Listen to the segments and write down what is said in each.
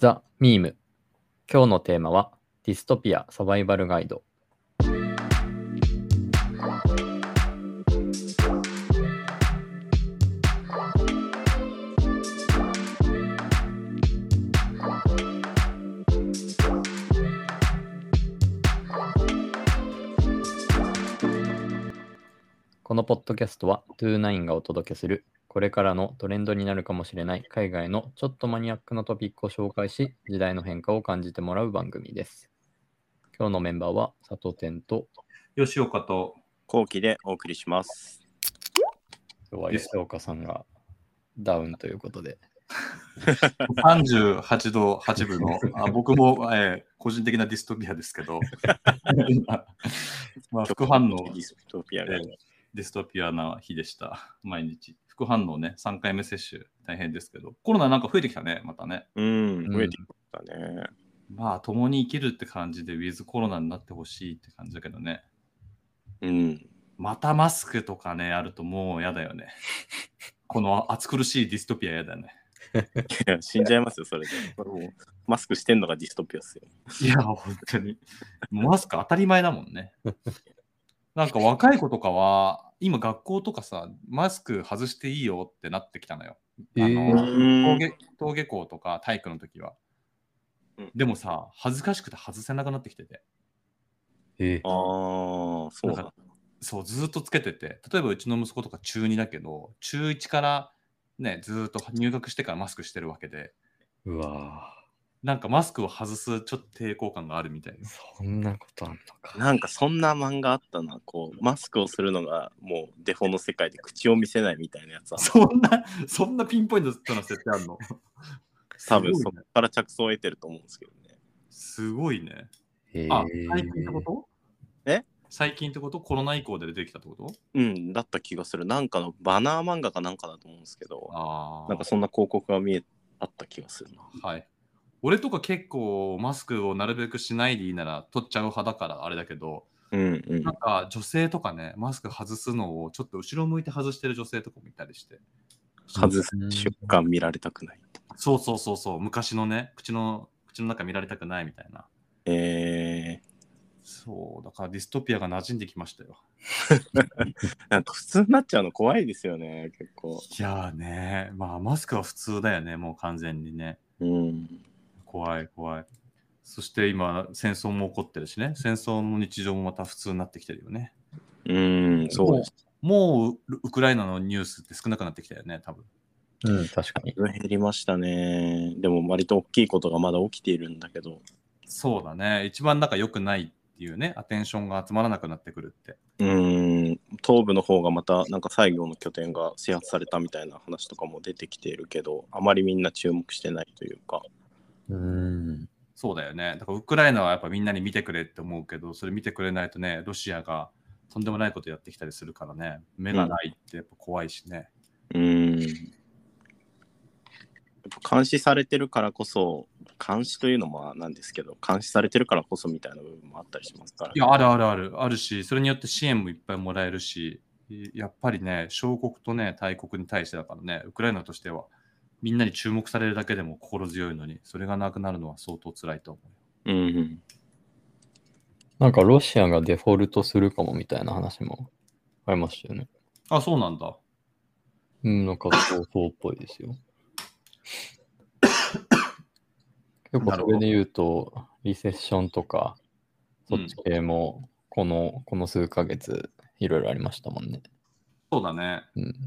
ザ・ミーム。今日のテーマはディストピアサバイバルガイド。このポッドキャストは29がお届けするこれからのトレンドになるかもしれない海外のちょっとマニアックなトピックを紹介し、時代の変化を感じてもらう番組です。今日のメンバーは佐藤天と吉岡と後期でお送りします。 今日は吉岡さんがダウンということで 38度8分の僕も、個人的なディストピアですけどまあ副反応ディストピアが、 ディストピアな日でした。毎日副反応ね、3回目接種大変ですけど、コロナなんか増えてきたね、またね。 増えてきたね。 まあ共に生きるって感じでウィズコロナになってほしいって感じだけどね。またマスクとかねあるともうやだよね。この暑苦しいディストピアやだね。 いや死んじゃいますよそれで。マスクしてんのがディストピアですよ。 いや本当にマスク当たり前だもんね。なんか若い子とかは今学校とかさマスク外していいよってなってきたのよ。登下校とか体育の時は。でもさ恥ずかしくて外せなくなってきてて。 そうだ。 そうずっとつけてて、例えばうちの息子とか中2だけど中1からねずっと入学してからマスクしてるわけで、 うわなんかマスクを外すちょっと抵抗感があるみたいな。 そんなことあんのか。 なんかそんな漫画あったな。こうマスクをするのがもうデフォの世界で口を見せないみたいなやつは。 そんなピンポイントな設定あるの多分そこから着想を得てると思うんですけどね。 すごいね。最近ってこと？最近ってこと？コロナ以降で出てきたってこと？ だった気がする。なんかのバナー漫画かなんかだと思うんですけど、なんかそんな広告があった気がするな。 はい。俺とか結構マスクをなるべくしないでいいなら取っちゃう派だからあれだけど、なんか女性とかね、マスク外すのをちょっと後ろ向いて外してる女性とかもいたりして。 外す瞬間見られたくない。 そう。昔のね、口の中見られたくないみたいな。そうだからディストピアが馴染んできましたよ。 なんか普通になっちゃうの怖いですよね、結構。 いやーね、まあマスクは普通だよね、もう完全にね。怖い。そして今戦争も起こってるしね、戦争の日常もまた普通になってきてるよね。 そうです。 もうウクライナのニュースって少なくなってきたよね、多分。 確かに。 減りましたね。でも割と大きいことがまだ起きているんだけど。 そうだね、一番なんか良くないっていうね、アテンションが集まらなくなってくるって。 東部の方がまたなんか最後の拠点が制圧されたみたいな話とかも出てきているけど、あまりみんな注目してないというか。 そうだよね。だからウクライナはやっぱみんなに見てくれって思うけど、それ見てくれないとね、ロシアがとんでもないことやってきたりするからね、目がないってやっぱ怖いしね。 やっぱ監視されてるからこそ、監視というのもなんですけど、監視されてるからこそみたいな部分もあったりしますから、ね。 いや、あるし、それによって支援もいっぱいもらえるし、やっぱりね、小国とね、大国に対してだからね、ウクライナとしては、みんなに注目されるだけでも心強いのに、それがなくなるのは相当辛いと思う。 なんかロシアがデフォルトするかもみたいな話もありましたよね。 あ、そうなんだ。 なんかそうっぽいですよ。結構それで言うと、リセッションとか、そっち系もこの数ヶ月いろいろありましたもんね。 そうだね。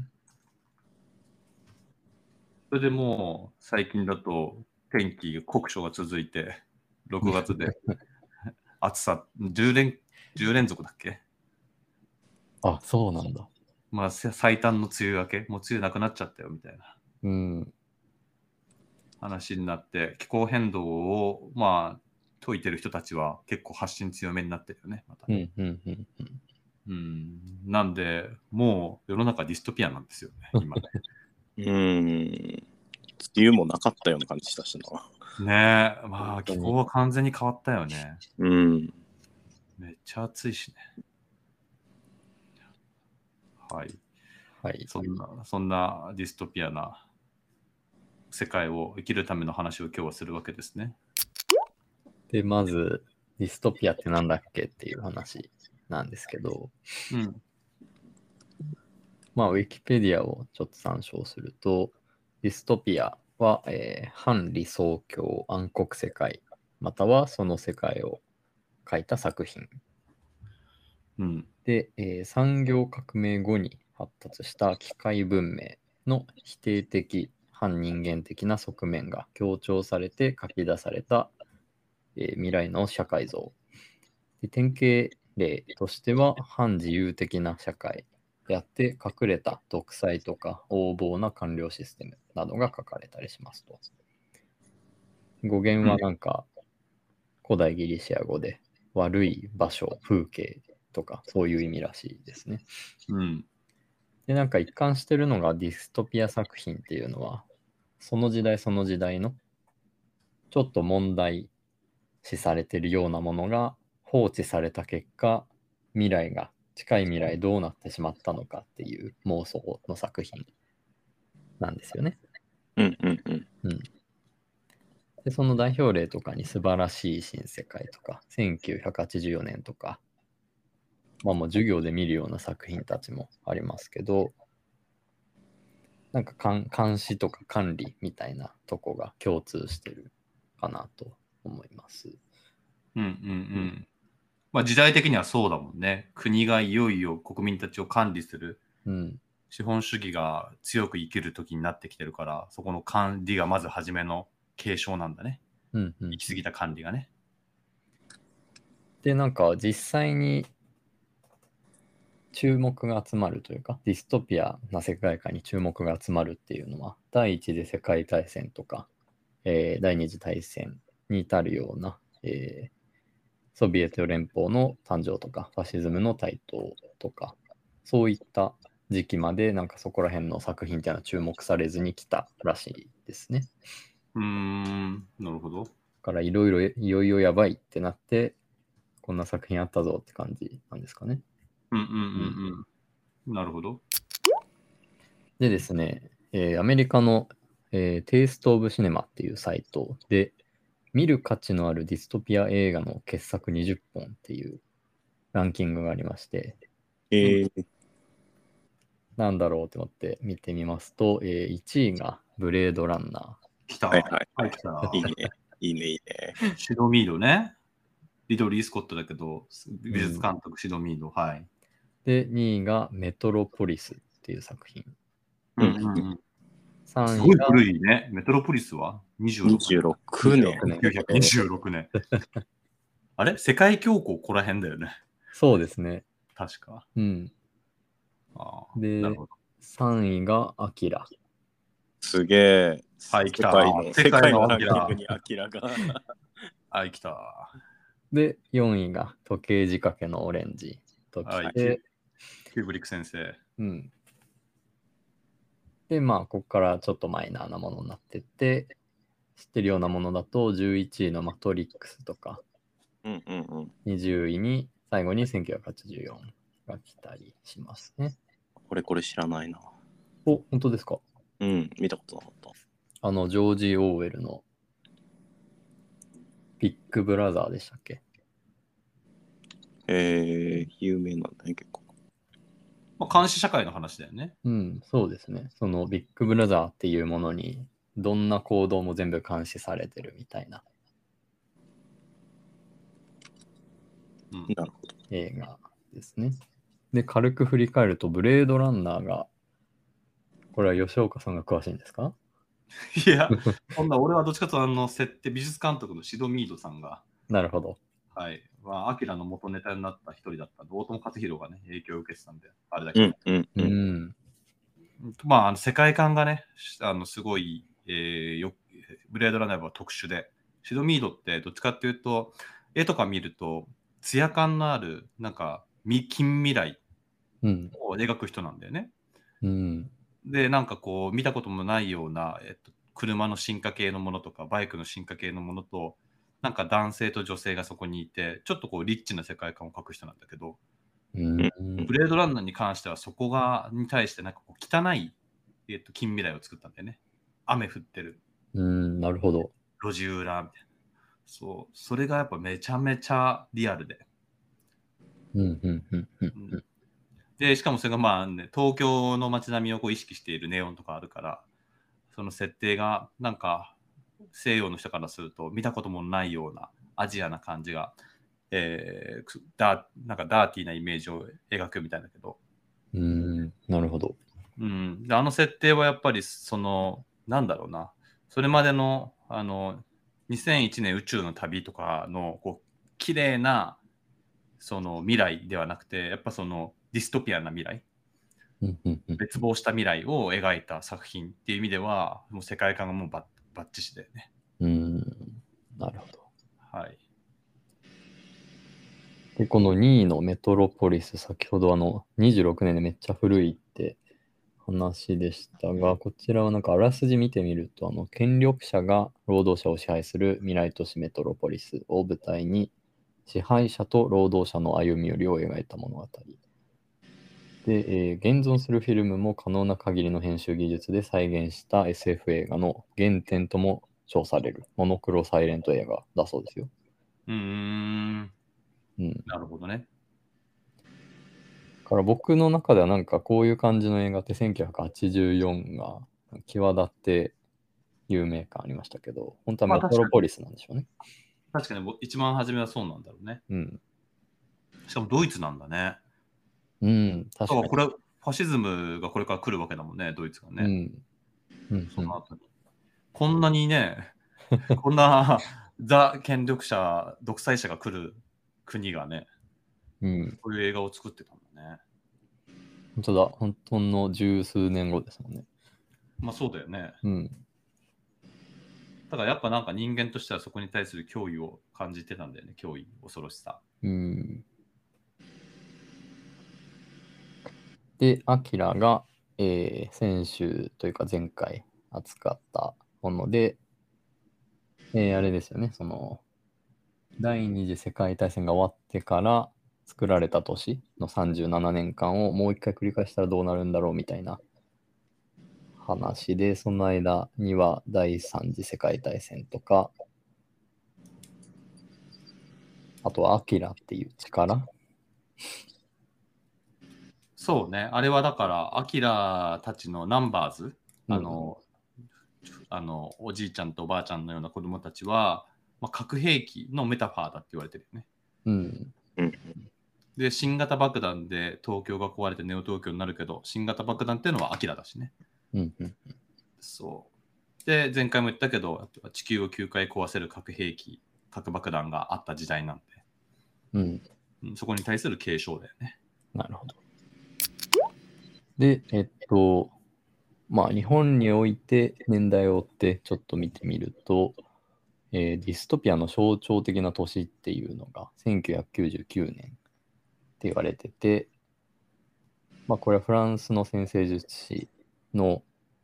それでもう最近だと天気酷暑が続いて、6月で暑さ10連続だっけ？ あ、そうなんだ。 まあ最短の梅雨明け、もう梅雨なくなっちゃったよみたいな。話になって、気候変動をまあ解いてる人たちは結構発信強めになってるよね、またね。なんでもう世の中ディストピアなんですよね、今ね。 梅雨もなかったような感じしたしな。ねえ、まあ気候は完全に変わったよね。めっちゃ暑いしね。はい。そんなディストピアな世界を生きるための話を今日はするわけですね。 で、まず、ディストピアってなんだっけっていう話なんですけど、 うん。 まあ、ウィキペディアをちょっと参照すると、ディストピアは、反理想郷暗黒世界、またはその世界を書いた作品。 うん。 で、産業革命後に発達した機械文明の否定的、反人間的な側面が強調されて書き出された、未来の社会像。で、典型例としては、反自由的な社会であって、隠れた独裁とか横暴な官僚システムなどが書かれたりしますと。語源はなんか、古代ギリシア語で、悪い場所、風景とか、そういう意味らしいですね。 うん。 で、なんか一貫してるのがディストピア作品っていうのは、その時代その時代のちょっと問題視されてるようなものが放置された結果、近い未来どうなってしまったのかっていう妄想の作品なんですよね。 うんうんうん。 うん。で、その代表例とかに素晴らしい新世界とか、1984年とか、まあもう授業で見るような作品たちもありますけど、なんか監視とか管理みたいなとこが共通してるかなと思います。 うんうんうん。まあ時代的にはそうだもんね。国がいよいよ国民たちを管理するうん。 資本主義が強く生きる時になってきてるから、そこの管理がまず初めの継承なんだね。 うんうん。 行き過ぎた管理がね。 で、なんか実際に注目が集まるというか、ディストピアな世界観に注目が集まるっていうのは、第一次世界大戦とか、第二次大戦に至るような、ソビエト連邦の誕生とか、ファシズムの台頭とか、そういった時期まで、なんかそこら辺の作品っていうのは注目されずに来たらしいですね。 なるほど。 だからいろいろ、いよいよやばいってなって、こんな作品あったぞって感じなんですかね。 なるほど。 でですね、アメリカの、テイスト・オブ・シネマっていうサイトで、見る価値のあるディストピア映画の傑作20本っていうランキングがありまして、なんだろうって思って見てみますと、1位がブレードランナ来た。 はいはいはい、来た。 いいね。いいね、いいね。 シドミードね。リドリー・スコットだけど、美ー。 術監督、シドミード。はい。 で、2位がメトロポリスっていう作品。 す 3 ごい位が古いね。メトロポリスは 26年。 1926年。あれ世界恐慌ここら辺だよね。 そうですね。 確か。 うん。 なでるほど。 3位がアキラ。 すげえ。 はい来た世界の世界のランキングにアキラが。 はい、来た。 で、4位が時計仕掛けのオレンジときはいて、 キューブリック先生。 うん。で、まあ、ここからちょっとマイナーなものになってって、知ってるようなものだと、11位のマトリックスとか、20位に、最後に1984が来たりしますね。 これ知らないな。 お、本当ですか？ うん、見たことなかった。 ジョージ・オーウェルのビッグブラザーでしたっけ？ 有名なんだね、結構。 まあ、監視社会の話だよね。 うん、そうですね。そのビッグブラザーっていうものに、どんな行動も全部監視されてるみたいななるほど。 映画ですね。で、軽く振り返ると、ブレードランナーが、これは吉岡さんが詳しいんですか？ いや、そんな俺はどっちかというと設定美術監督のシドミードさんが、 なるほど。 はい。まあ、アキラの元ネタになった一人だったんで、大友克洋がね、影響を受けてたんで、あれだけど。まあ、世界観がね、すごい、ブレードランナーは特殊で、シドミードってどっちかっていうと、絵とか見ると、ツヤ感のある、なんか、近未来を描く人なんだよね。で、なんかこう、見たこともないような、車の進化系のものとか、バイクの進化系のものと、なんか男性と女性がそこにいて、ちょっとこう、リッチな世界観を描く人なんだけど、ブレードランナーに関してはそこに対してなんかこう汚い、近未来を作ったんだよね。 雨降ってる。 なるほど。 路地裏みたいな。そう。それがやっぱめちゃめちゃリアルで。で、しかもそれがまあ、ね、東京の街並みをこう意識しているネオンとかあるから、その設定がなんか西洋の人からすると見たこともないようなアジアな感じが、なんかダーティーなイメージを描くみたいだけど。 なるほど。 であの設定はやっぱりなんだろうな、それまでの2001年宇宙の旅とかのこう綺麗なその未来ではなくて、やっぱそのディストピアな未来、滅亡した未来を描いた作品っていう意味では、もう世界観がもうバッチシだよね。 なるほど。 はい。 で、この2位のメトロポリス、先ほど26年でめっちゃ古いって話でしたが、こちらはなんかあらすじ見てみると、権力者が労働者を支配する未来都市メトロポリスを舞台に、支配者と労働者の歩み寄りを描いた物語。で、現存するフィルムも可能な限りの編集技術で再現した SF 映画の原点とも称されるモノクロサイレント映画だそうですよ。 なるほどね。 だから僕の中ではなんかこういう感じの映画って1984が際立って有名感ありましたけど、本当はメトロポリスなんでしょうね。 確かに一番初めはそうなんだろうね。しかもドイツなんだね。 確かに。 これファシズムがこれから来るわけだもんね、ドイツがね。その後に。こんなにね、こんなザ権力者、独裁者が来る国がね、こういう映画を作ってたんだね。 本当だ、本当の十数年後ですもんね。 まあそうだよね。だからやっぱなんか人間としてはそこに対する脅威を感じてたんだよね、脅威、恐ろしさ。 で、アキラが、先週というか前回扱ったもので、あれですよね、第二次世界大戦が終わってから作られた年の37年間をもう一回繰り返したらどうなるんだろうみたいな話で、その間には第三次世界大戦とか、あとはアキラっていう力。 そうね、あれはだから、アキラたちのナンバーズ、おじいちゃんとおばあちゃんのような子供たちは、核兵器のメタファーだって言われてるよね。で、新型爆弾で東京が壊れてネオ東京になるけど、新型爆弾っていうのはアキラだしね。そう。で、前回も言ったけど、地球を9回壊せる核兵器、核爆弾があった時代なんで、そこに対する継承だよね。 なるほど。で、日本において年代を追ってちょっと見てみると、ディストピアの象徴的な年っていうのが1999年って言われてて、これはフランスの先生術師の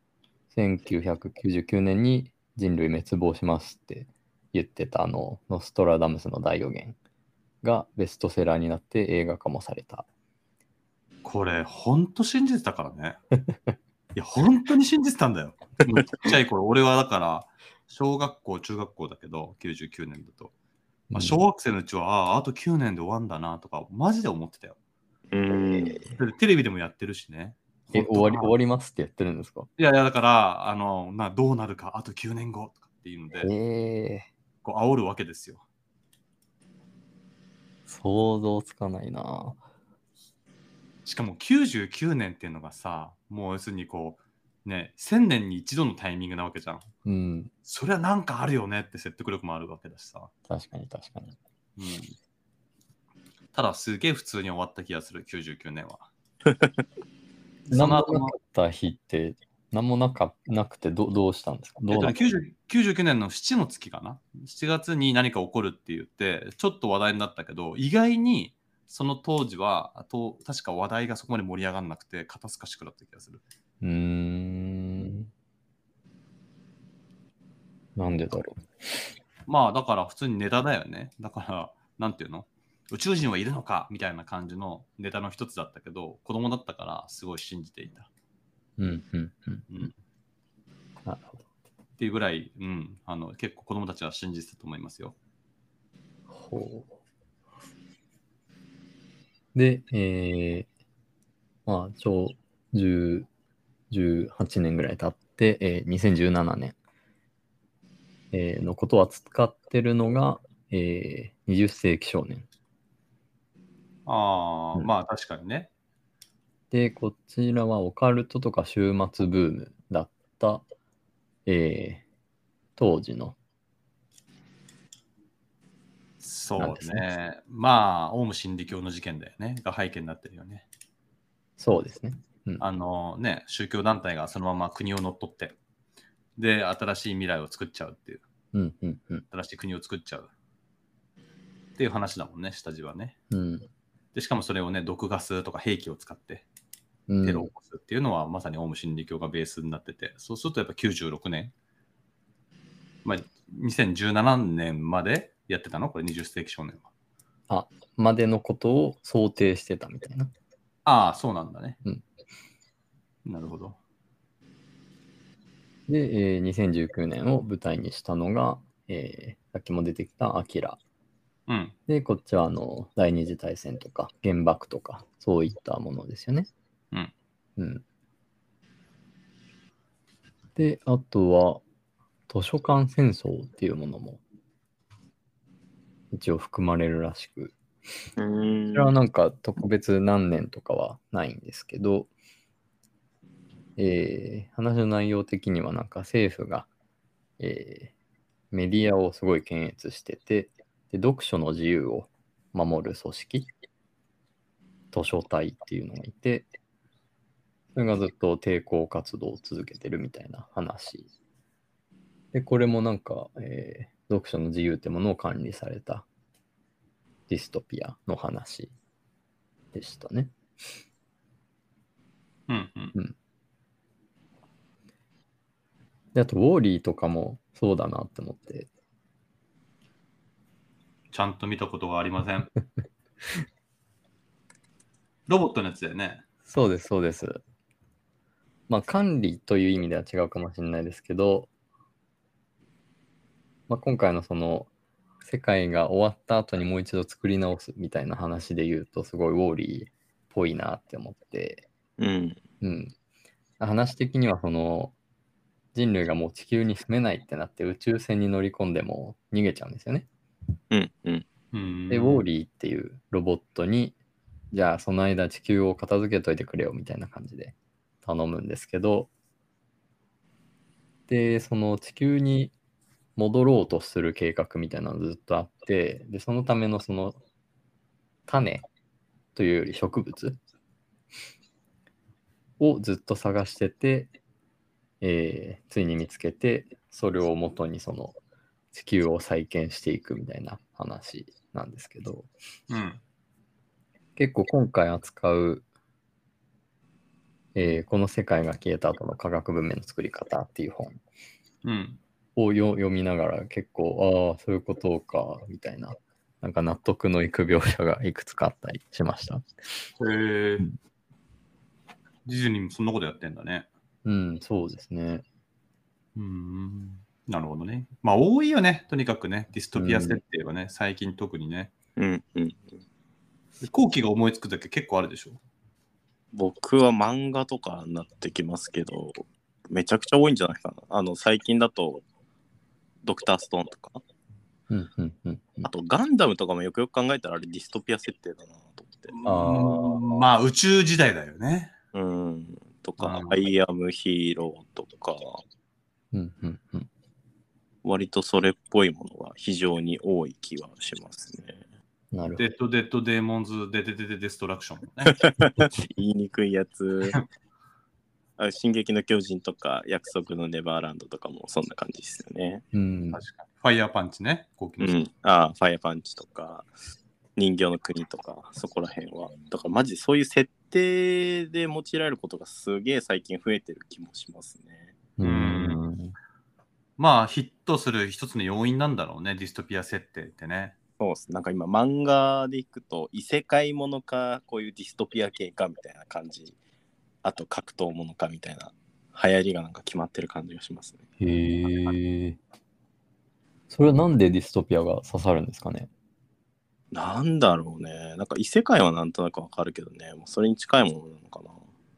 1999年に人類滅亡しますって言ってたノストラダムスの大予言がベストセラーになって映画化もされた。 これ、ほんと信じてたからね。いや、本当に信じてたんだよ。ちっちゃい頃、俺はだから、小学校、中学校だけど、99年だと。小学生のうちは、あと9年で終わんだなとか、マジで思ってたよ。テレビでもやってるしね。 終わりますってやってるんですか？ いやいや、だから、どうなるか、あと9年後とかっていうので、こう煽るわけですよ。 想像つかないな。 しかも99年っていうのがさ、もう要するにこう、ね、1000年に一度のタイミングなわけじゃん。それはなんかあるよねって説得力もあるわけだしさ。 確かに確かに。 ただすげえ普通に終わった気がする、99年は。 何もなかった日って、何もなくてどうしたんですか ？99年の7の月かな ?7 月に何か起こるって言って、ちょっと話題になったけど、意外にその当時は、確か話題がそこまで盛り上がらなくて、肩透かしくなった気がする。 なんでだろう。だから普通にネタだよね。だから、なんていうの？宇宙人はいるのかみたいな感じのネタの一つだったけど、子供だったからすごい信じていた。 なるほど。 っていうぐらい、結構子供たちは信じてたと思いますよ。 ほう。で、まあ、18年ぐらい経って、2017年、のことを扱ってるのが、20世紀少年。 まあ確かにね。 で、こちらはオカルトとか終末ブームだった、当時の、 そうなんですね。 ね。まあ、オウム真理教の事件だよね。が背景になってるよね。 そうですね。 宗教団体がそのまま国を乗っ取って、で、新しい未来を作っちゃうっていう、新しい国を作っちゃうっていう話だもんね、下地はね。で、しかもそれをね、毒ガスとか兵器を使ってテロを起こすっていうのは、まさにオウム真理教がベースになってて、そうするとやっぱ96年、まあ、2017年までやってたのこれ20世紀少年は。 までのことを想定してたみたいな。 ああ、そうなんだね。なるほど。 で、2019年を舞台にしたのが、さっきも出てきたアキラ。で、こっちは第二次大戦とか原爆とかそういったものですよね。で、あとは図書館戦争っていうものも一応含まれるらしく、こちらはなんか特別何年とかはないんですけど、話の内容的にはなんか政府が、メディアをすごい検閲してて、で読書の自由を守る組織、図書隊っていうのがいて、それがずっと抵抗活動を続けてるみたいな話。で、これもなんか、読書の自由ってものを管理されたディストピアの話でしたね。で、あと、ウォーリーとかもそうだなって思って。 ちゃんと見たことがありません。ロボットのやつだよね。 そうです、そうです。まあ、管理という意味では違うかもしれないですけど、まあ、今回のその、世界が終わった後にもう一度作り直すみたいな話で言うと、すごいウォーリーっぽいなって思って、話的にはその、人類がもう地球に住めないってなって宇宙船に乗り込んでも逃げちゃうんですよね。で、ウォーリーっていうロボットに、じゃあその間地球を片付けといてくれよみたいな感じで頼むんですけど、で、その地球に戻ろうとする計画みたいなのがずっとあって、で、そのためのその種というより植物をずっと探してて、ついに見つけて、それを元にその地球を再建していくみたいな話なんですけど、結構今回扱う、この世界が消えた後の科学文明の作り方っていう本を読みながら結構、ああ、そういうことか、みたいな、なんか納得のいく描写がいくつかあったりしました。 ディズニーもそんなことやってんだね。 そうですね。 なるほどね。まあ多いよね、とにかくね。ディストピア設定はね、最近特にね。後期が思いつくだけ結構あるでしょ。 僕は漫画とかになってきますけど、めちゃくちゃ多いんじゃないかな。最近だと、ドクターストーンとか。あと、ガンダムとかもよくよく考えたらあれディストピア設定だなと思って。まあ宇宙時代だよね。 とか、アイアムヒーローとか、割とそれっぽいものが非常に多い気はしますね。 なるほど。 デッド・デッド・デーモンズ・デストラクションね。 言いにくいやつ。進撃の巨人とか、約束のネバーランドとかもそんな感じですよね。 確かに。ファイヤーパンチね。 ファイヤーパンチとか、人形の国とか、そこら辺は。だからマジでそういう設定で用いられることがすげえ最近増えてる気もしますね。 まあヒットする一つの要因なんだろうね、ディストピア設定ってね。 そうっす。なんか今漫画でいくと異世界ものかこういうディストピア系かみたいな感じ。あと格闘ものかみたいな流行りがなんか決まってる感じがしますね。 へえ。それはなんでディストピアが刺さるんですかね。 なんだろうね。なんか異世界はなんとなくわかるけどね、もうそれに近いものなのかな。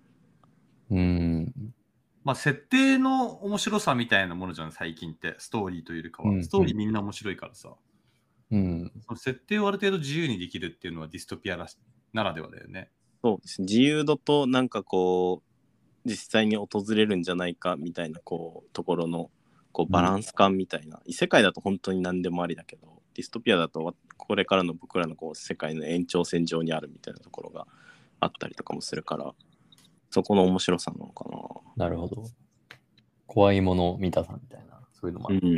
まあ、設定の面白さみたいなものじゃん、最近って。ストーリーというよりかは。ストーリーみんな面白いからさ。その設定をある程度自由にできるっていうのはディストピアならではだよね。 そうですね。自由度となんかこう、実際に訪れるんじゃないかみたいなこうところのこうバランス感みたいな、異世界だと本当に何でもありだけど、ディストピアだとこれからの僕らのこう世界の延長線上にあるみたいなところがあったりとかもするから、そこの面白さなのかな。 なるほど。怖いもの見たさみたいな、そういうのもある。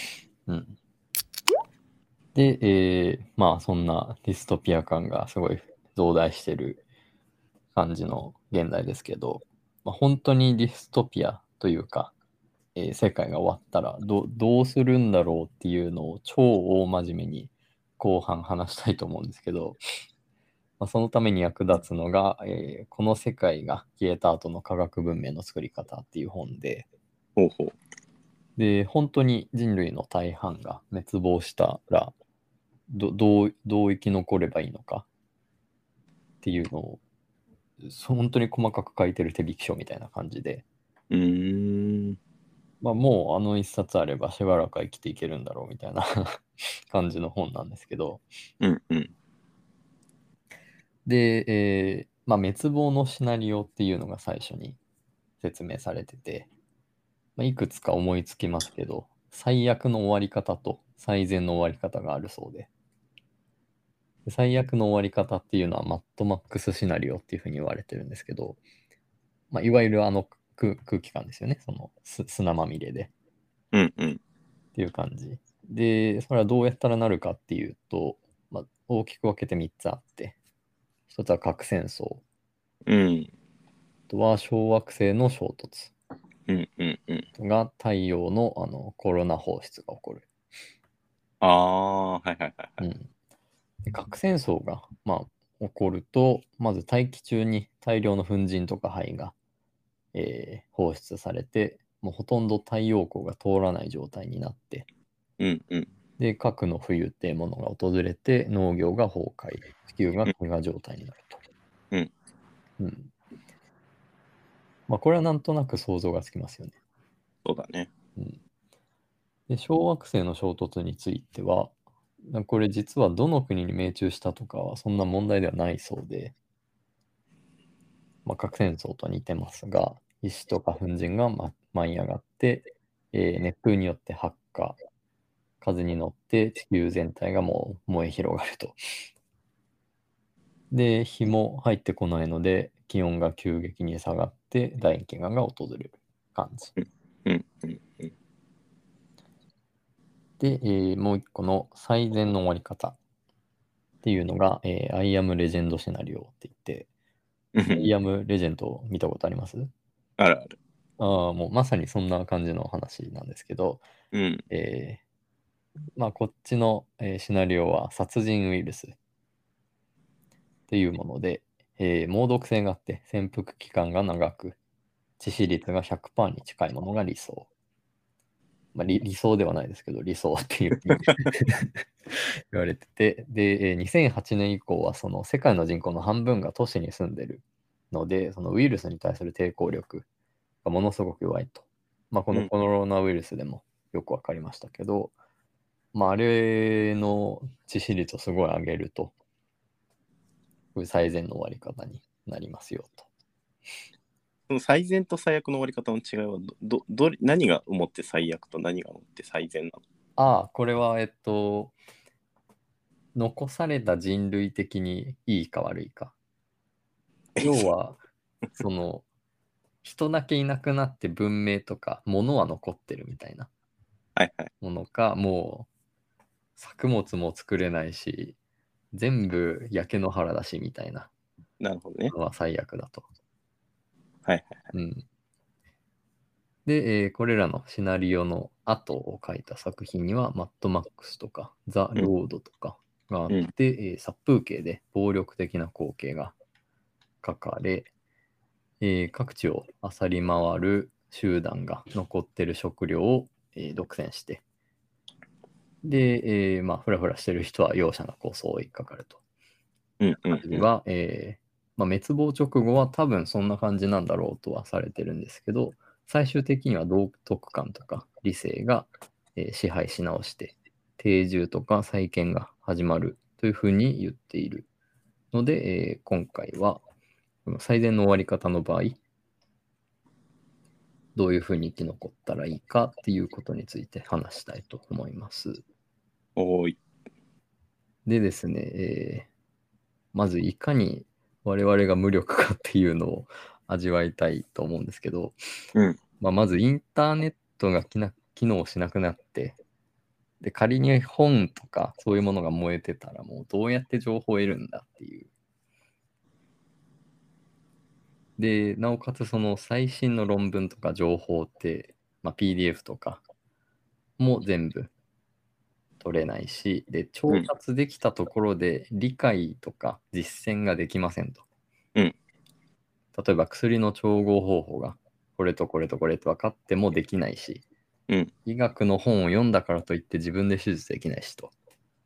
で、まあそんなディストピア感がすごい増大してる感じの現代ですけど、まあ、本当にディストピアというか、世界が終わったらどうするんだろうっていうのを超大真面目に後半話したいと思うんですけど、まあ、そのために役立つのが、この世界が消えた後の科学文明の作り方っていう本で、で、本当に人類の大半が滅亡したらどう生き残ればいいのかっていうのを本当に細かく書いてる手引き書みたいな感じで、まあ、もうあの一冊あればしばらくは生きていけるんだろうみたいな感じの本なんですけど、で、まあ、滅亡のシナリオっていうのが最初に説明されてて、まあ、いくつか思いつきますけど、最悪の終わり方と最善の終わり方があるそうで、最悪の終わり方っていうのはマッドマックスシナリオっていうふうに言われてるんですけど、まあ、いわゆるあの空気感ですよね。その砂まみれで。っていう感じ。で、それはどうやったらなるかっていうと、まあ、大きく分けて3つあって、1つは核戦争。あとは小惑星の衝突。が太陽の、コロナ放出が起こる。で核戦争が、まあ、起こると、まず大気中に大量の粉塵とか灰が、放出されて、もうほとんど太陽光が通らない状態になって、で、核の冬っていうものが訪れて、農業が崩壊、地球が飢餓状態になると。まあ、これはなんとなく想像がつきますよね。 そうだね。 で、小惑星の衝突については、これ実はどの国に命中したとかはそんな問題ではないそうで、まあ、核戦争と似てますが、石とか粉塵が、舞い上がって、熱風によって発火、風に乗って地球全体がもう燃え広がると。で、日も入ってこないので、気温が急激に下がって大気が訪れる感じ。で、もう一個の最善の終わり方っていうのが、アイアムレジェンドシナリオって言って、アイアムレジェンド見たことあります？ あるある。 もうまさにそんな感じの話なんですけど、まあこっちの、シナリオは殺人ウイルスっていうもので、猛毒性があって潜伏期間が長く、致死率が 100% に近いものが理想。まあ、理想ではないですけど、理想っていうふうに言われてて、で、2008年以降はその世界の人口の半分が都市に住んでるので、そのウイルスに対する抵抗力がものすごく弱いと。まあ、このコロナウイルスでもよくわかりましたけど、まあ、あれの致死率をすごい上げると、こういう最善の終わり方になりますよと。 その最善と最悪の終わり方の違いは何が思って最悪と何が思って最善なの？ これは、残された人類的にいいか悪いか。要は、その、人だけいなくなって文明とか物は残ってるみたいなものか、もう作物も作れないし、全部焼け野原だしみたいななるほどね。 のは最悪だと。 うんで、これらのシナリオの後を書いた作品には、マッドマックスとか、ザ・ロードとかがあって、殺風景で暴力的な光景が書かれ、各地を漁り回る集団が残ってる食料を、独占して、で、ふらふらしてる人は容赦なく襲いかかると。感じは、滅亡直後は多分そんな感じなんだろうとはされてるんですけど、最終的には道徳観とか理性が、支配し直して、定住とか再建が始まるというふうに言っているので、今回はこの最善の終わり方の場合、どういうふうに生き残ったらいいかっていうことについて話したいと思います。 おーい。 でですね、まずいかに我々が無力かっていうのを味わいたいと思うんですけど、まずインターネットが機能しなくなって、で仮に本とかそういうものが燃えてたらもうどうやって情報を得るんだっていう。で、なおかつその最新の論文とか情報って、PDF とかも全部取れないし、で、調達できたところで理解とか実践ができませんと。例えば薬の調合方法がこれとこれとこれって分かってもできないし、医学の本を読んだからといって自分で手術できないしと。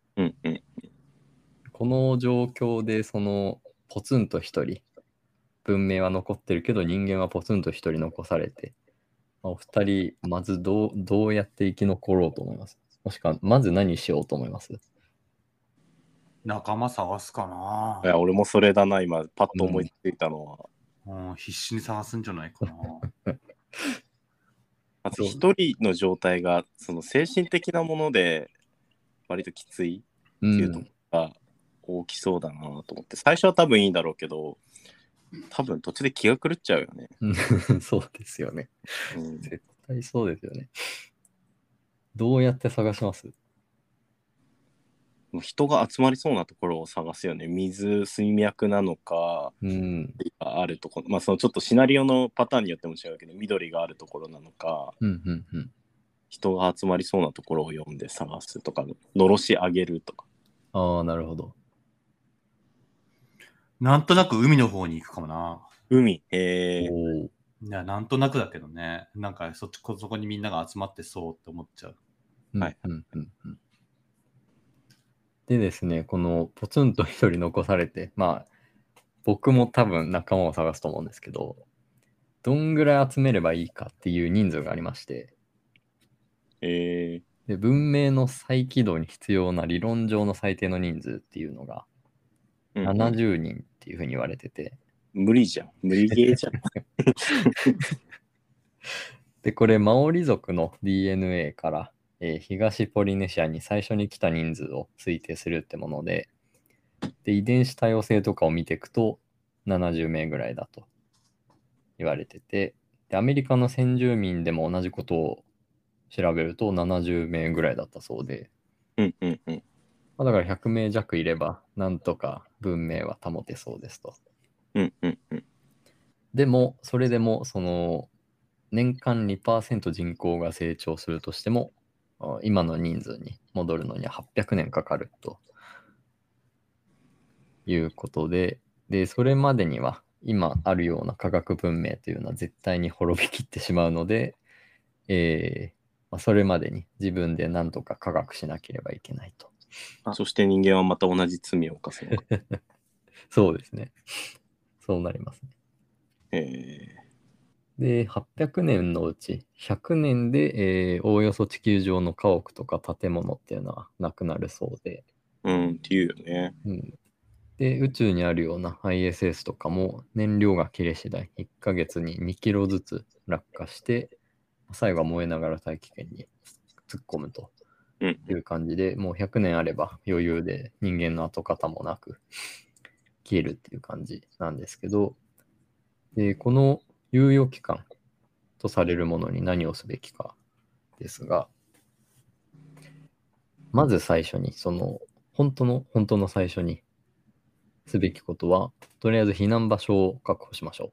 この状況でそのポツンと一人、文明は残ってるけど人間はポツンと一人残されて、お二人、まずどうやって生き残ろうと思います？もしくは、まず何しようと思います？ 仲間探すかな。 いや、俺もそれだな、今、パッと思いついたのは。 必死に探すんじゃないかな。 まず一人の状態が、その精神的なもので、割ときついっていうところが大きそうだなと思って、最初は多分いいんだろうけど、多分途中で気が狂っちゃうよね。 そうですよね。絶対そうですよね。どうやって探します？ 人が集まりそうなところを探すよね。水脈なのか、あるところ、そのちょっとシナリオのパターンによっても違うけど、緑があるところなのか、人が集まりそうなところを読んで探すとか、のろし上げるとか。 ああ、なるほど。 なんとなく海の方に行くかもな。 海。 いや、なんとなくだけどね。なんかそこにみんなが集まってそうって思っちゃう。 でですね、このポツンと一人残されて、僕も多分仲間を探すと思うんですけど、どんぐらい集めればいいかっていう人数がありまして、で文明の再起動に必要な理論上の最低の人数っていうのが70人っていうふうに言われてて、 無理じゃん。無理ゲーじゃん。 で、これ、マオリ族の DNA から、東ポリネシアに最初に来た人数を推定するってもので、遺伝子多様性とかを見ていくと70名ぐらいだと言われてて、でアメリカの先住民でも同じことを調べると70名ぐらいだったそうで、だから100名弱いればなんとか文明は保てそうですと。でもそれでもその年間 2% 人口が成長するとしても今の人数に戻るのには800年かかるということで、それまでには今あるような科学文明というのは絶対に滅びきってしまうので、それまでに自分で何とか科学しなければいけないと。 そして人間はまた同じ罪を犯すのか。 そうですね。そうなりますね。で、800年のうち100年で、おおよそ地球上の家屋とか建物っていうのはなくなるそうで。 っていうよね。 で、宇宙にあるような ISS とかも燃料が切れ次第1ヶ月に2キロずつ落下して、最後は燃えながら大気圏に突っ込むという感じで、もう100年あれば余裕で人間の跡形もなく消えるっていう感じなんですけど、で、この猶予期間とされるものに何をすべきかですが、まず最初に、その本当の最初にすべきことは、とりあえず避難場所を確保しましょ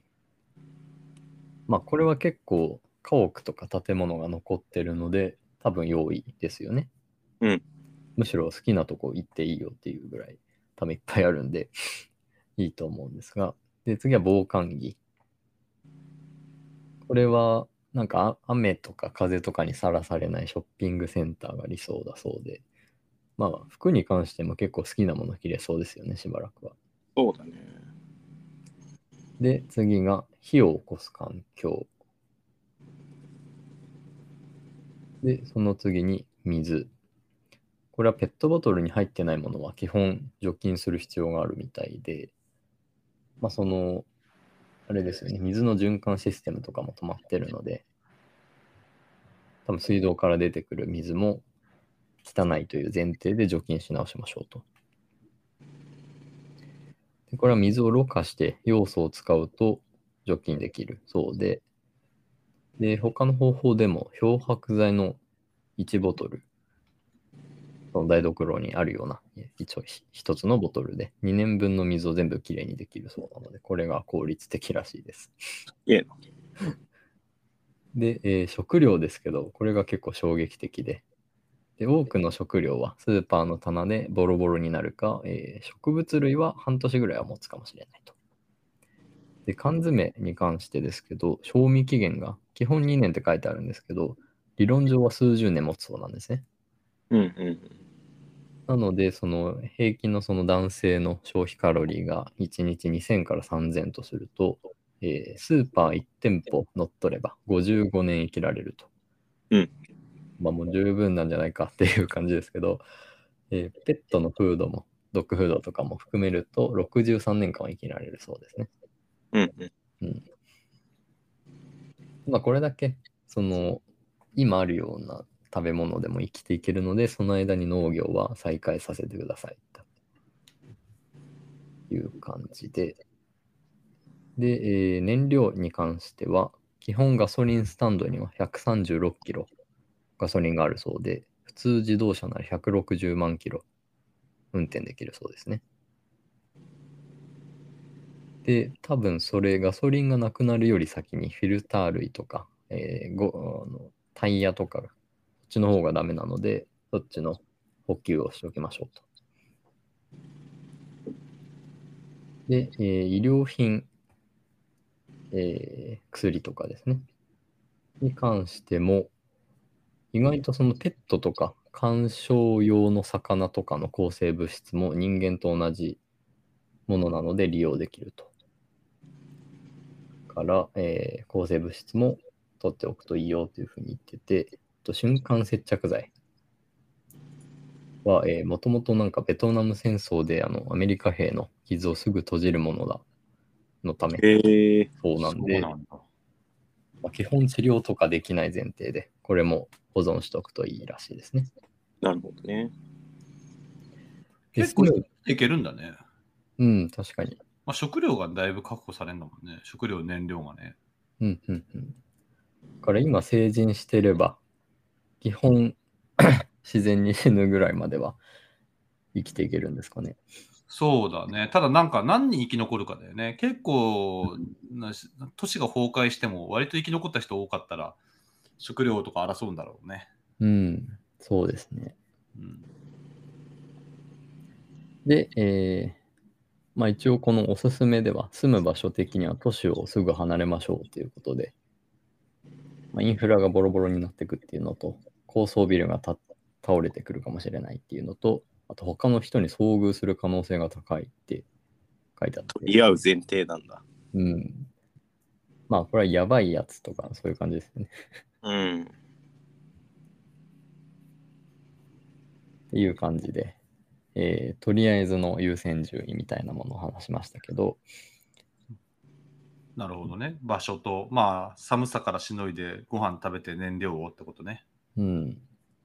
う。これは結構家屋とか建物が残ってるので、多分容易ですよね。むしろ好きなとこ行っていいよっていうぐらい多分いっぱいあるんでいいと思うんですが、で、次は防寒着。 これは、なんか雨とか風とかにさらされないショッピングセンターが理想だそうで、まあ、服に関しても結構好きなもの着れそうですよね、しばらくは。 そうだね。 で、次が火を起こす環境。で、その次に水。これはペットボトルに入ってないものは基本除菌する必要があるみたいで、まああれですよね、水の循環システムとかも止まってるので、多分水道から出てくる水も汚いという前提で除菌し直しましょうと。でこれは水をろ過して要素を使うと除菌できるそうで、他の方法でも漂白剤の1ボトル、その台所にあるような一つのボトルで2年分の水を全部きれいにできるそうなので、これが効率的らしいです。 いえな。 で、食料ですけど、これが結構衝撃的で、多くの食料はスーパーの棚でボロボロになるか、植物類は半年ぐらいは持つかもしれないと。で、缶詰に関してですけど、賞味期限が基本2年って書いてあるんですけど、理論上は数十年持つそうなんですね。 うんうん。 なので、その平均のその男性の消費カロリーが1日2000から3000とすると、スーパー1店舗乗っ取れば55年生きられると。 うん。 まあもう十分なんじゃないかっていう感じですけど、ペットのフードも、ドッグフードとかも含めると63年間は生きられるそうですね。 うんうん。 うん。まあこれだけ、今あるような食べ物でも生きていけるので、その間に農業は再開させてくださいという感じで、燃料に関しては、基本ガソリンスタンドには136キロガソリンがあるそうで、普通自動車なら160万キロ運転できるそうですね。で、多分それガソリンがなくなるより先にフィルター類とか、タイヤとか、こっちの方がダメなので、そっちの補給をしておきましょうと。で、医療品、薬とかですね。に関しても、意外とそのペットとか観賞用の魚とかの抗生物質も人間と同じものなので利用できると。から、抗生物質も取っておくといいよというふうに言ってて、瞬間接着剤は、もともとなんかベトナム戦争でアメリカ兵の傷をすぐ閉じるものだのため、そうなんで、まあ、基本治療とかできない前提で、これも保存しておくといいらしいですね。 なるほどね。 結構いけるんだね。 うん、確かに。 まあ、食料がだいぶ確保されるんだもんね。食料、燃料がね。 うんうんうん。だから今成人してれば、基本自然に死ぬぐらいまでは生きていけるんですかね。 そうだね。ただなんか何人生き残るかだよね。結構、都市が崩壊しても割と生き残った人多かったら食料とか争うんだろうね。 うん、そうですね。 うん、 で、まあ一応このおすすめでは住む場所的には都市をすぐ離れましょうということで、まあ、インフラがボロボロになっていくっていうのと、高層ビルが倒れてくるかもしれないっていうのと、あと他の人に遭遇する可能性が高いって書いてあって。 取り合う前提なんだ。 うん。まあこれはやばいやつとかそういう感じですね。 うん。 っていう感じで、とりあえずの優先順位みたいなものを話しましたけど。 なるほどね。場所と、まあ、寒さからしのいでご飯食べて燃料をってことね。 うん。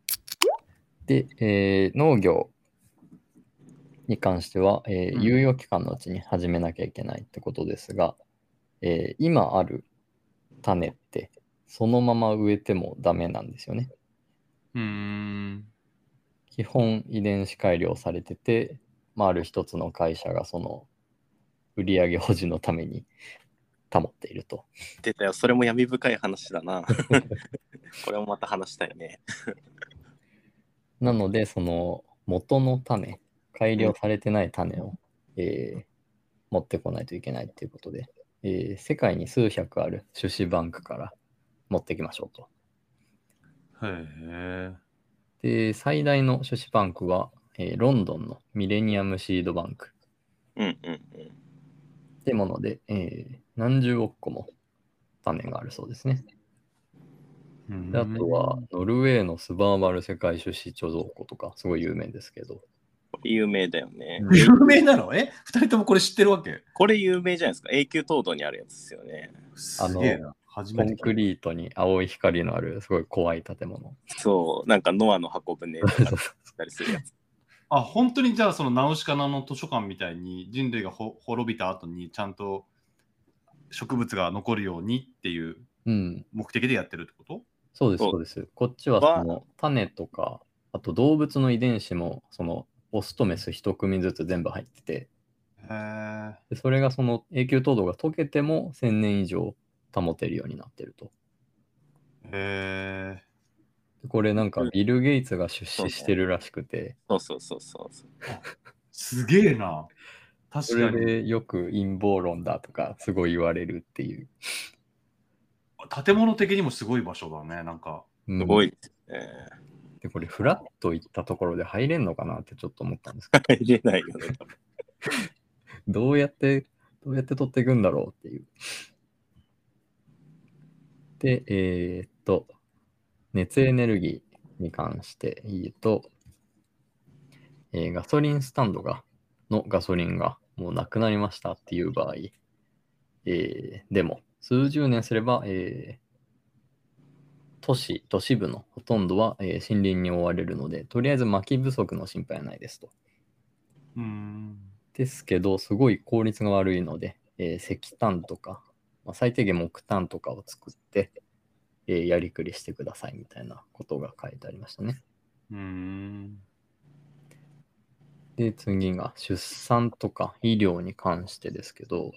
で、農業に関しては、猶予期間のうちに始めなきゃいけないってことですが、今ある種ってそのまま植えてもダメなんですよね。基本遺伝子改良されてて、まあ、ある一つの会社がその売上保持のために保っていると。 出たよ、それも闇深い話だな。これもまた話したいね。 なので、その元の種、改良されてない種を、持ってこないといけないっていうことで、 世界に数百ある種子バンクから持ってきましょうと。 へえ。 で、最大の種子バンクは、ロンドンのミレニアムシードバンクってもので、何十億個も種があるそうですね。であとは、ノルウェーのスバーバル世界種子貯蔵庫とか、すごい有名ですけど。 有名だよね。 有名なの？2人ともこれ知ってるわけ？ これ有名じゃないですか。永久凍土にあるやつですよね。 すげえな。初めて聞いた。 コンクリートに青い光のある、すごい怖い建物。 そう、なんかノアの箱舟とかしたりするやつ。 あ、本当にじゃあそのナウシカの図書館みたいに人類が滅びた後にちゃんと植物が残るようにっていう目的でやってるってこと？ そうです、そうです。こっちはその種とか、あと動物の遺伝子もそのオスとメス一組ずつ全部入ってて、でそれがその永久凍土が溶けても1000年以上保てるようになってると。でこれなんかビル・ゲイツが出資してるらしくて。 そう。 すげえな。確かに。 それでよく陰謀論だとかすごい言われるっていう。 建物的にもすごい場所だね、なんか。 すごいですね。 で、これフラッと行ったところで入れんのかなってちょっと思ったんですけど。 入れないよね。 どうやって取っていくんだろうっていう。で、熱エネルギーに関して言うと、ガソリンスタンドのガソリンがもうなくなりましたっていう場合、でも数十年すれば、都市部のほとんどは、森林に覆われるので、とりあえず薪不足の心配はないですと。ですけど、すごい効率が悪いので、石炭とか、最低限木炭とかを作って、やりくりしてくださいみたいなことが書いてありましたね。で、次が出産とか医療に関してですけど、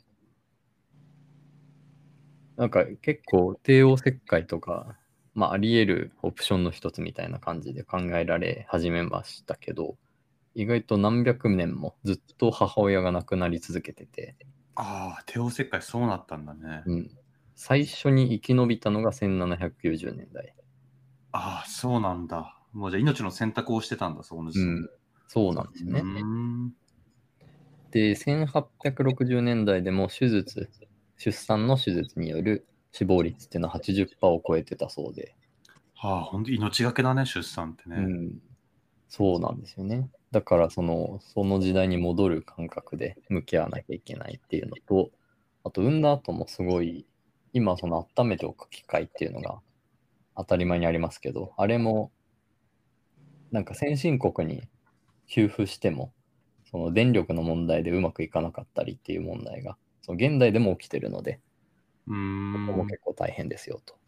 なんか結構帝王切開とか、あり得るオプションの一つみたいな感じで考えられ始めましたけど、意外と何百年もずっと母親が亡くなり続けてて。 ああ、帝王切開そうなったんだね。 最初に生き延びたのが1790年代。 ああ、そうなんだ。もうじゃあ命の選択をしてたんだ、その時点で。 そうなんですね。で、1860年代でも出産の手術による死亡率っていうのは 80% を超えてたそうで。 はあ、本当に命がけだね、出産ってね。 そうなんですよね。だからその時代に戻る感覚で向き合わなきゃいけないっていうのと、あと産んだ後もすごい、今その温めておく機会っていうのが当たり前にありますけど、あれもなんか先進国に給付しても、その電力の問題でうまくいかなかったりっていう問題が、その現代でも起きてるので、ここも結構大変ですよと。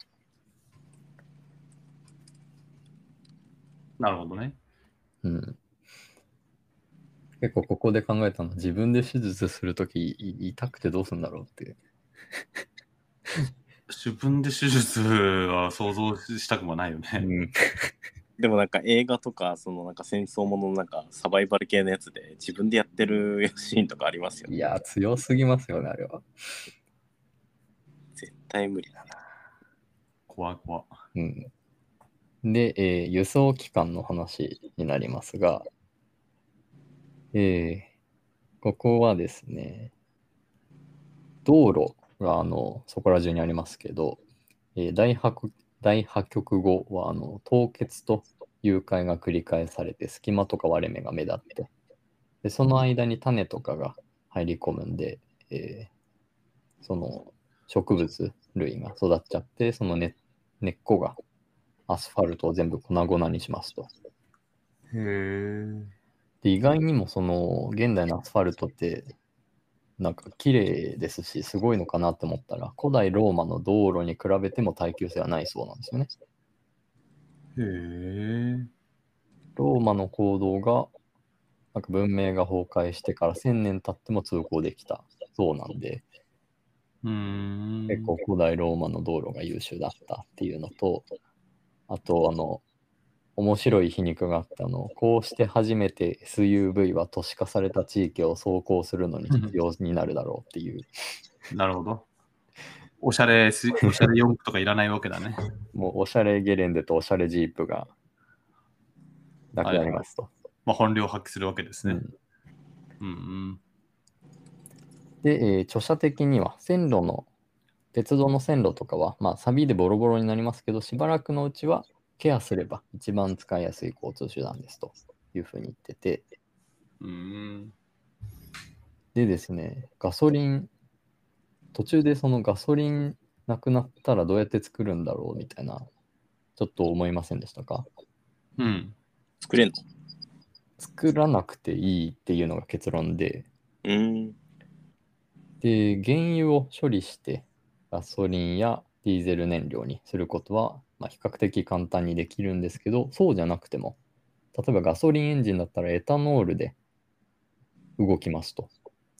なるほどね。 結構ここで考えたのは、自分で手術するとき痛くてどうするんだろうっていう。 自分で手術は想像したくもないよね。 でもなんか映画とかそのなんか戦争もののなんかサバイバル系のやつで自分でやってるシーンとかありますよね。 いや強すぎますよねあれは。 絶対無理だな。 怖。 で、輸送機関の話になりますが、ここはですね、道路がそこら中にありますけど、大破局後は凍結と融解が繰り返されて隙間とか割れ目が目立って、でその間に種とかが入り込むんで、その植物類が育っちゃって、その根っこがアスファルトを全部粉々にしますと。で意外にもその現代のアスファルトってなんか綺麗ですしすごいのかなと思ったら、古代ローマの道路に比べても耐久性はないそうなんですよね。ローマの坑道がなんか文明が崩壊してから1000年経っても通行できたそうなんで、結構古代ローマの道路が優秀だったっていうのと、あと面白い皮肉があったこうして初めて SUV は都市化された地域を走行するのに必要になるだろうっていう。 なるほど。 おしゃれ四駆とかいらないわけだね。 もうおしゃれゲレンデとおしゃれジープがなくなりますと。 まあ、本領を発揮するわけですね。 で、著者的には鉄道の線路とかは、まあ、錆でボロボロになりますけど、しばらくのうちはケアすれば一番使いやすい交通手段ですというふうに言ってて、でですね、途中でそのガソリンなくなったらどうやって作るんだろうみたいな、ちょっと思いませんでしたか？ 作れんの？ 作らなくていいっていうのが結論で、で、原油を処理してガソリンやディーゼル燃料にすることは、まあ、比較的簡単にできるんですけど、そうじゃなくても、例えばガソリンエンジンだったらエタノールで動きますと。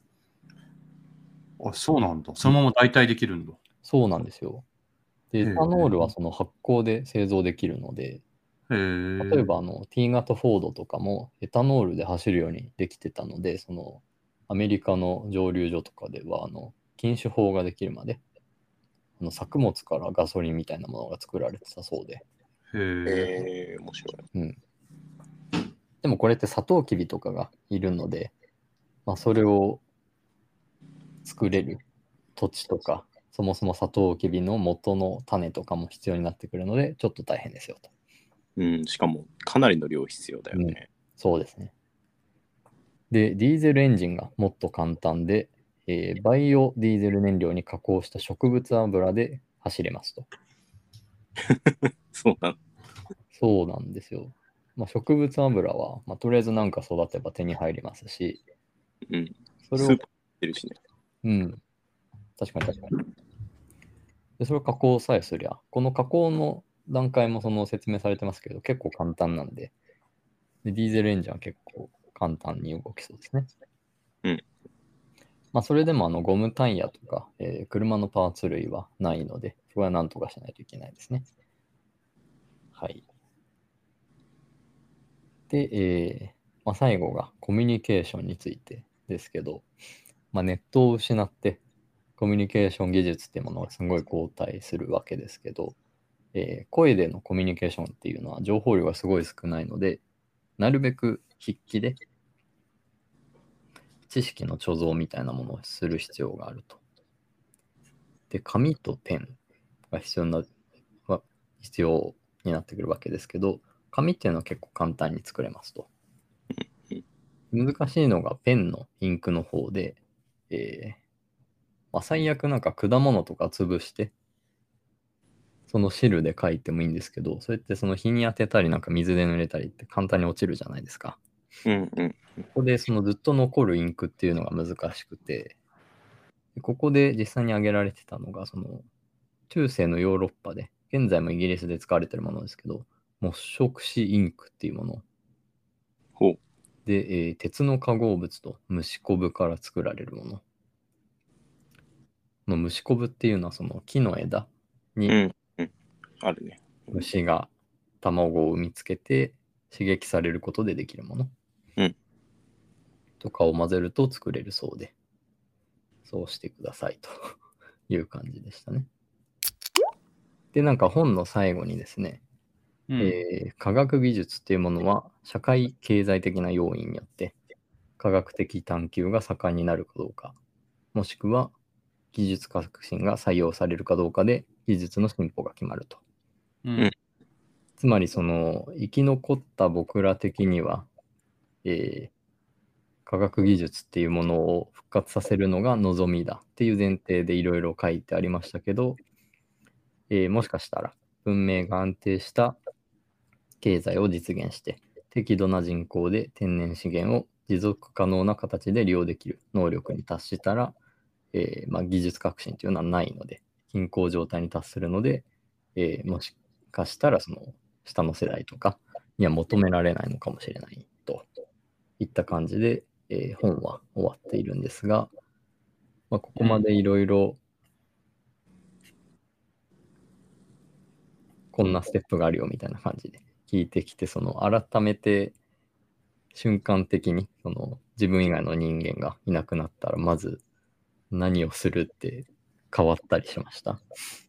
あ、そうなんだ。そのまま代替できるんだ。 そうなんですよ。で、エタノールはその発酵で製造できるので、例えばT 型フォードとかもエタノールで走るようにできてたので、そのアメリカの蒸留所とかでは禁酒法ができるまで作物からガソリンみたいなものが作られてたそうで。 へえ、面白い。 でもこれってサトウキビとかがいるので、まあ、それを作れる土地とか、そもそもサトウキビの元の種とかも必要になってくるので、ちょっと大変ですよと。 しかもかなりの量必要だよね。 そうですね。で、ディーゼルエンジンがもっと簡単で、バイオディーゼル燃料に加工した植物油で走れますと。そうなんですよ。まあ、植物油は、まあ、とりあえずなんか育てば手に入りますし、 それをスーパーてるしね。 確かに。で、それを加工さえすりゃ、この加工の段階もその説明されてますけど、結構簡単なんで、ディーゼルエンジンは結構簡単に動きそうですね。まあ、それでもゴムタイヤとか、車のパーツ類はないので、そこはなんとかしないといけないですね。はい。で、まあ、最後がコミュニケーションについてですけど、まあ、ネットを失ってコミュニケーション技術っていうものがすごい後退するわけですけど、声でのコミュニケーションっていうのは情報量がすごい少ないので、なるべく筆記で知識の貯蔵みたいなものをする必要があると。で、紙とペンが必要になってくるわけですけど、紙っていうのは結構簡単に作れますと。難しいのがペンのインクの方で、まあ、最悪なんか果物とか潰して、その汁で書いてもいいんですけど、それってその日に当てたりなんか水で濡れたりって簡単に落ちるじゃないですか。ここでそのずっと残るインクっていうのが難しくて、ここで実際に挙げられてたのが、その中世のヨーロッパで、現在もイギリスで使われてるものですけど、木色紙インクっていうもので、鉄の化合物と虫こぶから作られるもの。の虫こぶっていうのはその木の枝にあるね。 虫が卵を産みつけて刺激されることでできるもの、とかを混ぜると作れるそうで、そうしてくださいという感じでしたね。で、なんか本の最後にですね、科学技術っていうものは社会経済的な要因によって科学的探求が盛んになるかどうか、もしくは技術革新が採用されるかどうかで技術の進歩が決まると。つまりその生き残った僕ら的には、科学技術っていうものを復活させるのが望みだっていう前提でいろいろ書いてありましたけど、もしかしたら文明が安定した経済を実現して適度な人口で天然資源を持続可能な形で利用できる能力に達したら、まあ、技術革新というのはないので均衡状態に達するので、もしかしたらその下の世代とかには求められないのかもしれないといった感じで、本は終わっているんですが、まあ、ここまでいろいろこんなステップがあるよみたいな感じで聞いてきて、その改めて瞬間的にその自分以外の人間がいなくなったらまず何をするって変わったりしました？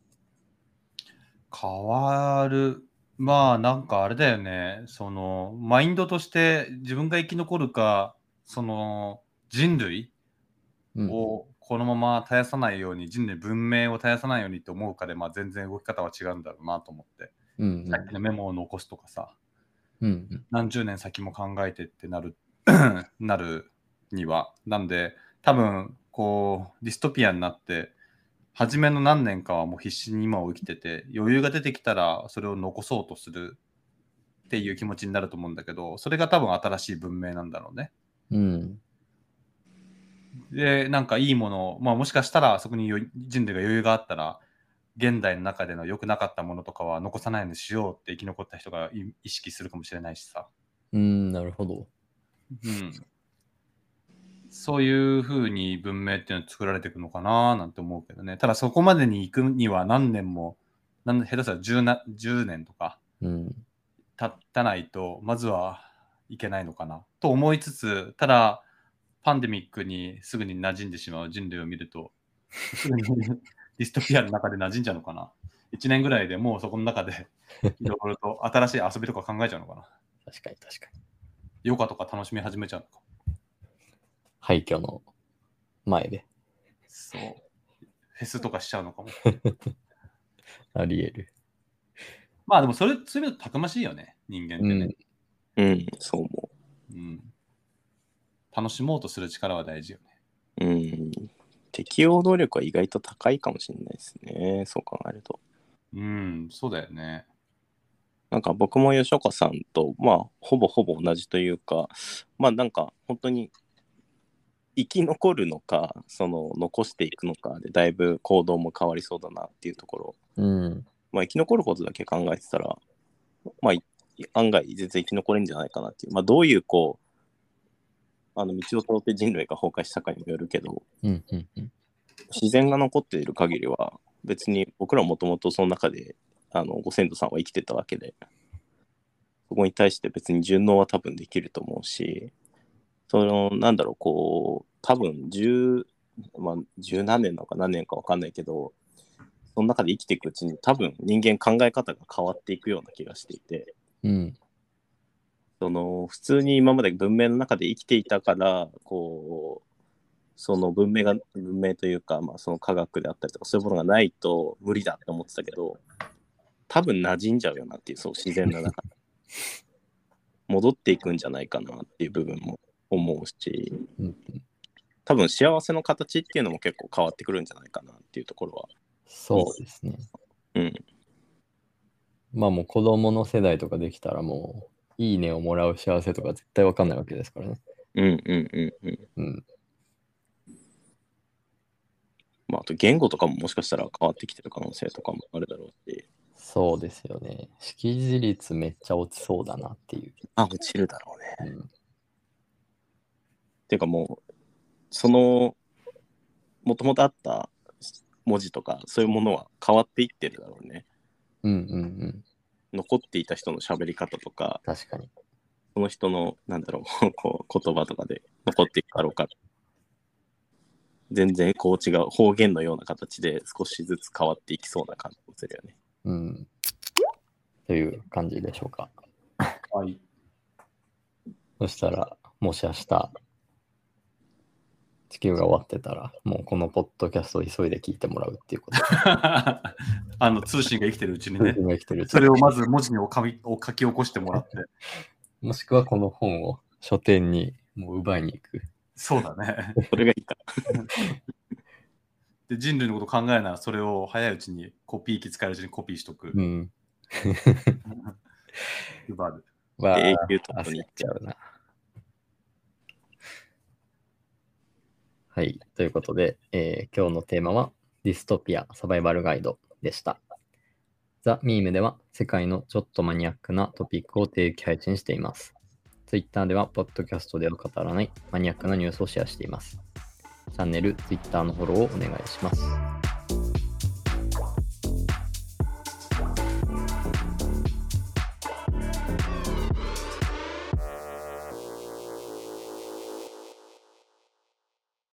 変わる。まあなんかあれだよね。そのマインドとして自分が生き残るか、その人類をこのまま絶やさないように、人類文明を絶やさないようにって思うかで、まあ全然動き方は違うんだろうなと思って。さっきのメモを残すとかさ、何十年先も考えてってなるなるには。なんで多分こうディストピアになって初めの何年かはもう必死に今を生きてて、余裕が出てきたらそれを残そうとするっていう気持ちになると思うんだけど、それが多分新しい文明なんだろうね。で、なんかいいものを、まあもしかしたらそこに人類が余裕があったら、現代の中での良くなかったものとかは残さないようにしようって生き残った人が意識するかもしれないしさ。 なるほど。 そういう風に文明っていうのは作られていくのかななんて思うけどね。ただそこまでに行くには何年も、下手したら10年とか経たないと、まずはいけないのかなと思いつつ、ただパンデミックにすぐに馴染んでしまう人類を見ると、ディストピアの中で馴染んじゃうのかな。1年ぐらいでもうそこの中でいろいろと新しい遊びとか考えちゃうのかな。 確かに。 ヨガとか楽しみ始めちゃうのか。 廃墟の前で。 そう。フェスとかしちゃうのかも。 あり得る。 まあでもそういう意味だとたくましいよね、人間ってね。 そう思う。楽しもうとする力は大事よね。適応能力は意外と高いかもしれないですね。そう考えると。 そうだよね。 なんか僕も吉岡さんと、まあ、ほぼ同じというか、まあなんか本当に生き残るのか、その残していくのかでだいぶ行動も変わりそうだなっていうところ。まあ生き残ることだけ考えてたら、まあ案外全然生き残れるんじゃないかなっていう。まあどういう道を通って人類が崩壊したかにもよるけど、自然が残っている限りは別に僕らもともとその中でご先祖さんは生きてたわけで、そこに対して別に順応は多分できると思うし、なんだろう、多分十何年なのか何年か分かんないけど、その中で生きていくうちに多分人間考え方が変わっていくような気がしていて、普通に今まで文明の中で生きていたから、その文明というか、まあ、その科学であったりとかそういうものがないと無理だって思ってたけど、多分馴染んじゃうよなっていう、そう自然の中戻っていくんじゃないかなっていう部分も思うし、多分幸せの形っていうのも結構変わってくるんじゃないかなっていうところは。 そうですね。まあもう子供の世代とかできたらもういいねをもらう幸せとか絶対わかんないわけですからね。 まああと言語とかももしかしたら変わってきてる可能性とかもあるだろうし。 そうですよね。識字率めっちゃ落ちそうだなっていう。 落ちるだろうね。っていうかもうもともとあった文字とかそういうものは変わっていってるだろうね。残っていた人の喋り方とか、 確かにその人のなんだろう言葉とかで残っていくだろうから、全然違う方言のような形で少しずつ変わっていきそうな感じもするよね。 という感じでしょうか。 はい。 そしたらもし明日地球が終わってたら、もうこのポッドキャストを急いで聞いてもらうっていうこと。 通信が生きてるうちにね。 それをまず文字に書き起こしてもらって。 もしくはこの本を書店にもう奪いに行く。 そうだね。 それがいいか。 で、人類のこと考えならそれを早いうちにコピー機使えるうちにコピーしとく。奪う。 永久とかに行っちゃうな。 はい。ということで、今日のテーマはディストピアサバイバルガイドでした。ザ・ミームでは世界のちょっとマニアックなトピックを定期配信しています。Twitter ではポッドキャストでは語らないマニアックなニュースをシェアしています。チャンネル、Twitter のフォローをお願いします。